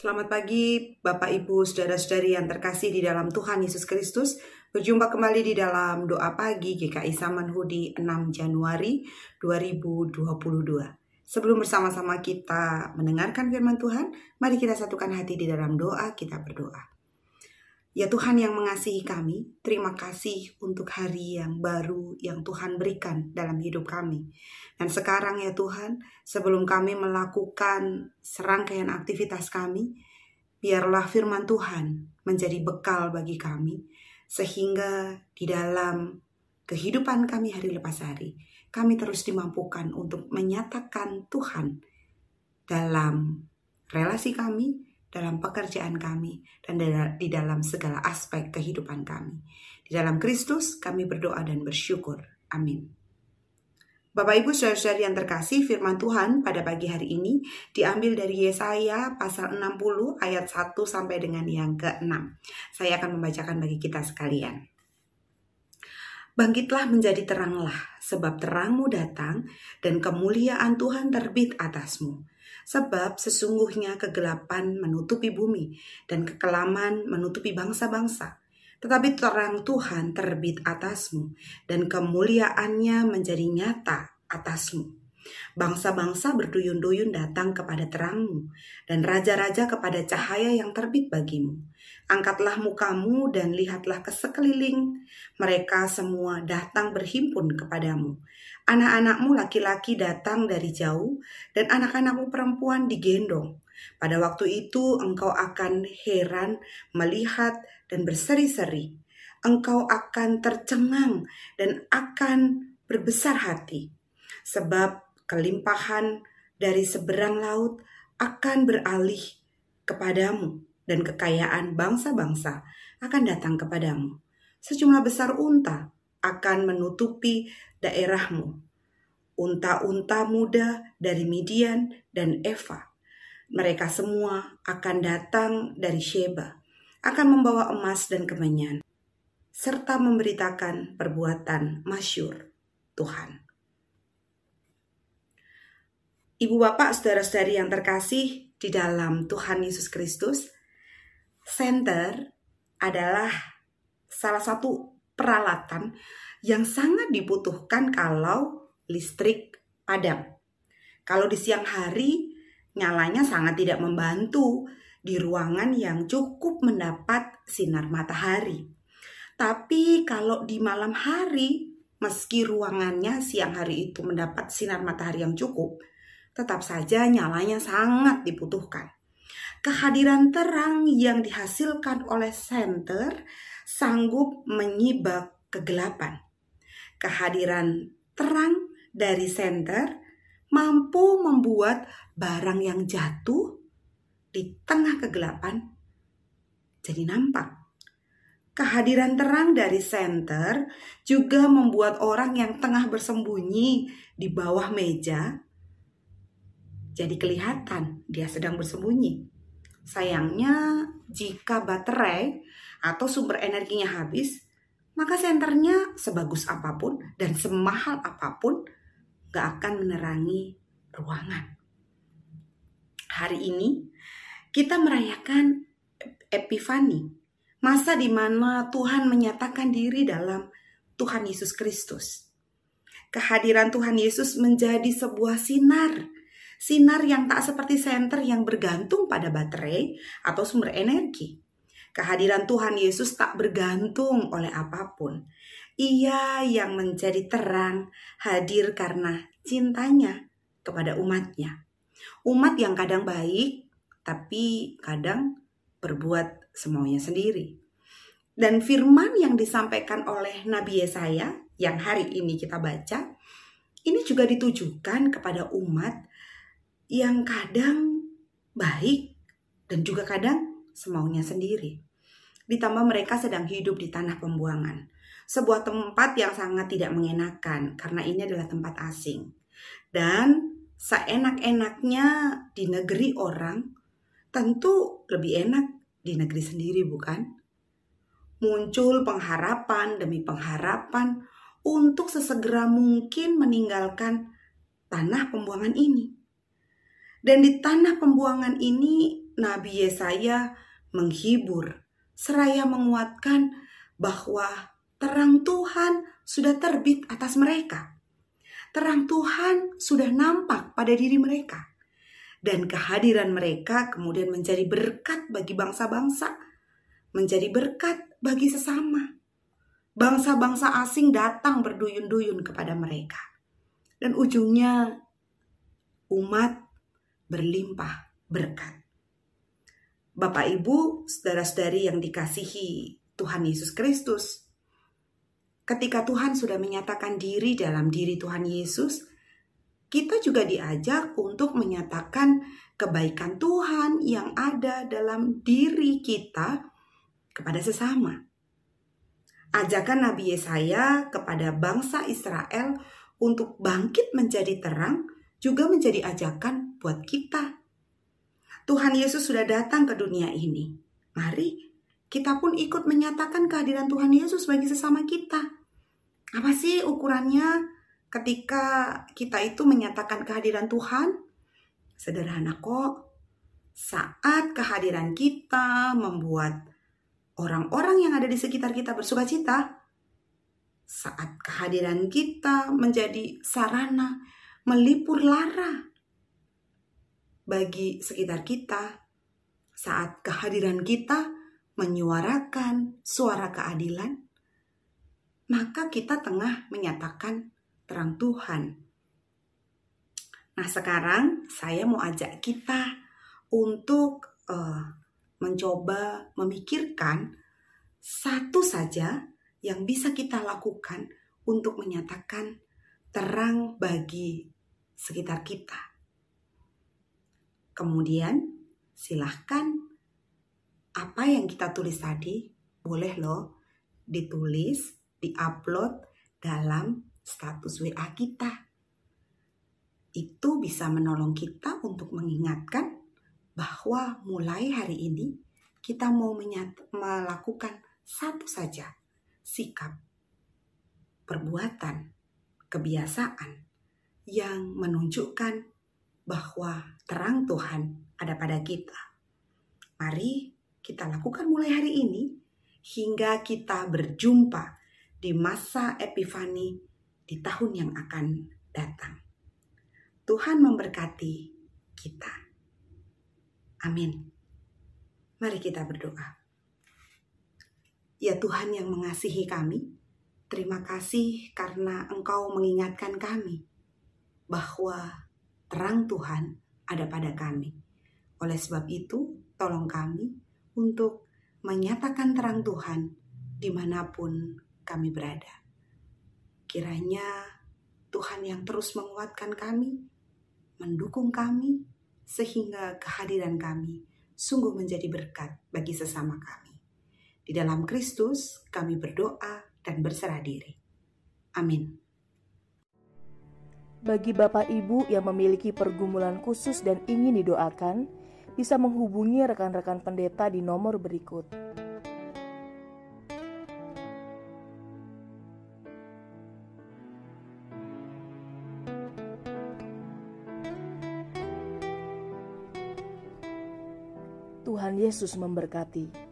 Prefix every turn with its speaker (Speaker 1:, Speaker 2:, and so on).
Speaker 1: Selamat pagi Bapak Ibu Saudara-saudari yang terkasih di dalam Tuhan Yesus Kristus. Berjumpa kembali di dalam doa pagi GKI Samanhudi 6 Januari 2022. Sebelum bersama-sama kita mendengarkan firman Tuhan, mari kita satukan hati di dalam doa, kita berdoa. Ya Tuhan yang mengasihi kami, terima kasih untuk hari yang baru yang Tuhan berikan dalam hidup kami. Dan sekarang ya Tuhan, sebelum kami melakukan serangkaian aktivitas kami, biarlah firman Tuhan menjadi bekal bagi kami, sehingga di dalam kehidupan kami hari lepas hari, kami terus dimampukan untuk menyatakan Tuhan dalam relasi kami, dalam pekerjaan kami, dan di dalam segala aspek kehidupan kami. Di dalam Kristus kami berdoa dan bersyukur. Amin. Bapak Ibu Saudara-saudari yang terkasih, firman Tuhan pada pagi hari ini diambil dari Yesaya pasal 60 ayat 1 sampai dengan yang ke-6. Saya akan membacakan bagi kita sekalian. Bangkitlah menjadi teranglah, sebab terangmu datang dan kemuliaan Tuhan terbit atasmu. Sebab sesungguhnya kegelapan menutupi bumi dan kekelaman menutupi bangsa-bangsa. Tetapi terang Tuhan terbit atasmu dan kemuliaannya menjadi nyata atasmu. Bangsa-bangsa berduyun-duyun datang kepada terangmu dan raja-raja kepada cahaya yang terbit bagimu. Angkatlah mukamu dan lihatlah ke sekeliling. Mereka semua datang berhimpun kepadamu. Anak-anakmu laki-laki datang dari jauh dan anak-anakmu perempuan digendong. Pada waktu itu engkau akan heran melihat dan berseri-seri. Engkau akan tercengang dan akan berbesar hati. Sebab kelimpahan dari seberang laut akan beralih kepadamu dan kekayaan bangsa-bangsa akan datang kepadamu. Sejumlah besar unta akan menutupi daerahmu. Unta-unta muda dari Midian dan Eva. Mereka semua akan datang dari Sheba, akan membawa emas dan kemenyan, serta memberitakan perbuatan masyhur Tuhan. Ibu bapak saudara-saudari yang terkasih di dalam Tuhan Yesus Kristus, senter adalah salah satu peralatan yang sangat dibutuhkan kalau listrik padam. Kalau di siang hari, nyalanya sangat tidak membantu di ruangan yang cukup mendapat sinar matahari. Tapi kalau di malam hari, meski ruangannya siang hari itu mendapat sinar matahari yang cukup, tetap saja nyalanya sangat dibutuhkan. Kehadiran terang yang dihasilkan oleh senter sanggup menyibak kegelapan. Kehadiran terang dari senter mampu membuat barang yang jatuh di tengah kegelapan jadi nampak. Kehadiran terang dari senter juga membuat orang yang tengah bersembunyi di bawah meja jadi kelihatan dia sedang bersembunyi. Sayangnya jika baterai atau sumber energinya habis, maka senternya sebagus apapun dan semahal apapun gak akan menerangi ruangan. Hari ini kita merayakan Epifani, masa di mana Tuhan menyatakan diri dalam Tuhan Yesus Kristus. Kehadiran Tuhan Yesus menjadi sebuah sinar yang tak seperti senter yang bergantung pada baterai atau sumber energi. Kehadiran Tuhan Yesus tak bergantung oleh apapun. Ia yang menjadi terang hadir karena cintanya kepada umatnya. Umat yang kadang baik, tapi kadang berbuat semaunya sendiri. Dan firman yang disampaikan oleh Nabi Yesaya yang hari ini kita baca, ini juga ditujukan kepada umat yang kadang baik dan juga kadang semaunya sendiri. Ditambah mereka sedang hidup di tanah pembuangan. Sebuah tempat yang sangat tidak mengenakan karena ini adalah tempat asing. Dan seenak-enaknya di negeri orang, tentu lebih enak di negeri sendiri, bukan? Muncul pengharapan demi pengharapan untuk sesegera mungkin meninggalkan tanah pembuangan ini. Dan di tanah pembuangan ini Nabi Yesaya menghibur seraya menguatkan bahwa terang Tuhan sudah terbit atas mereka. Terang Tuhan sudah nampak pada diri mereka. Dan kehadiran mereka kemudian menjadi berkat bagi bangsa-bangsa, menjadi berkat bagi sesama. Bangsa-bangsa asing datang berduyun-duyun kepada mereka. Dan ujungnya umat berlimpah berkat. Bapak, Ibu, saudara-saudari yang dikasihi Tuhan Yesus Kristus, ketika Tuhan sudah menyatakan diri dalam diri Tuhan Yesus, kita juga diajak untuk menyatakan kebaikan Tuhan yang ada dalam diri kita kepada sesama. Ajakan Nabi Yesaya kepada bangsa Israel untuk bangkit menjadi terang juga menjadi ajakan buat kita. Tuhan Yesus sudah datang ke dunia ini. Mari kita pun ikut menyatakan kehadiran Tuhan Yesus bagi sesama kita. Apa sih ukurannya ketika kita itu menyatakan kehadiran Tuhan? Sederhana kok. Saat kehadiran kita membuat orang-orang yang ada di sekitar kita bersuka cita. Saat kehadiran kita menjadi sarana melipur lara bagi sekitar kita. Saat kehadiran kita menyuarakan suara keadilan, maka kita tengah menyatakan terang Tuhan. Nah, sekarang saya mau ajak kita untuk mencoba memikirkan satu saja yang bisa kita lakukan untuk menyatakan terang bagi sekitar kita. Kemudian silahkan apa yang kita tulis tadi boleh loh ditulis, diupload dalam status WA kita. Itu bisa menolong kita untuk mengingatkan bahwa mulai hari ini kita mau melakukan satu saja sikap, perbuatan, kebiasaan yang menunjukkan bahwa terang Tuhan ada pada kita. Mari kita lakukan mulai hari ini hingga kita berjumpa di masa Epifani di tahun yang akan datang. Tuhan memberkati kita. Amin. Mari kita berdoa. Ya Tuhan yang mengasihi kami, terima kasih karena Engkau mengingatkan kami bahwa terang Tuhan ada pada kami. Oleh sebab itu, tolong kami untuk menyatakan terang Tuhan dimanapun kami berada. Kiranya Tuhan yang terus menguatkan kami, mendukung kami, sehingga kehadiran kami sungguh menjadi berkat bagi sesama kami. Di dalam Kristus kami berdoa dan berserah diri. Amin.
Speaker 2: Bagi Bapak Ibu yang memiliki pergumulan khusus dan ingin didoakan, bisa menghubungi rekan-rekan pendeta di nomor berikut. Tuhan Yesus memberkati.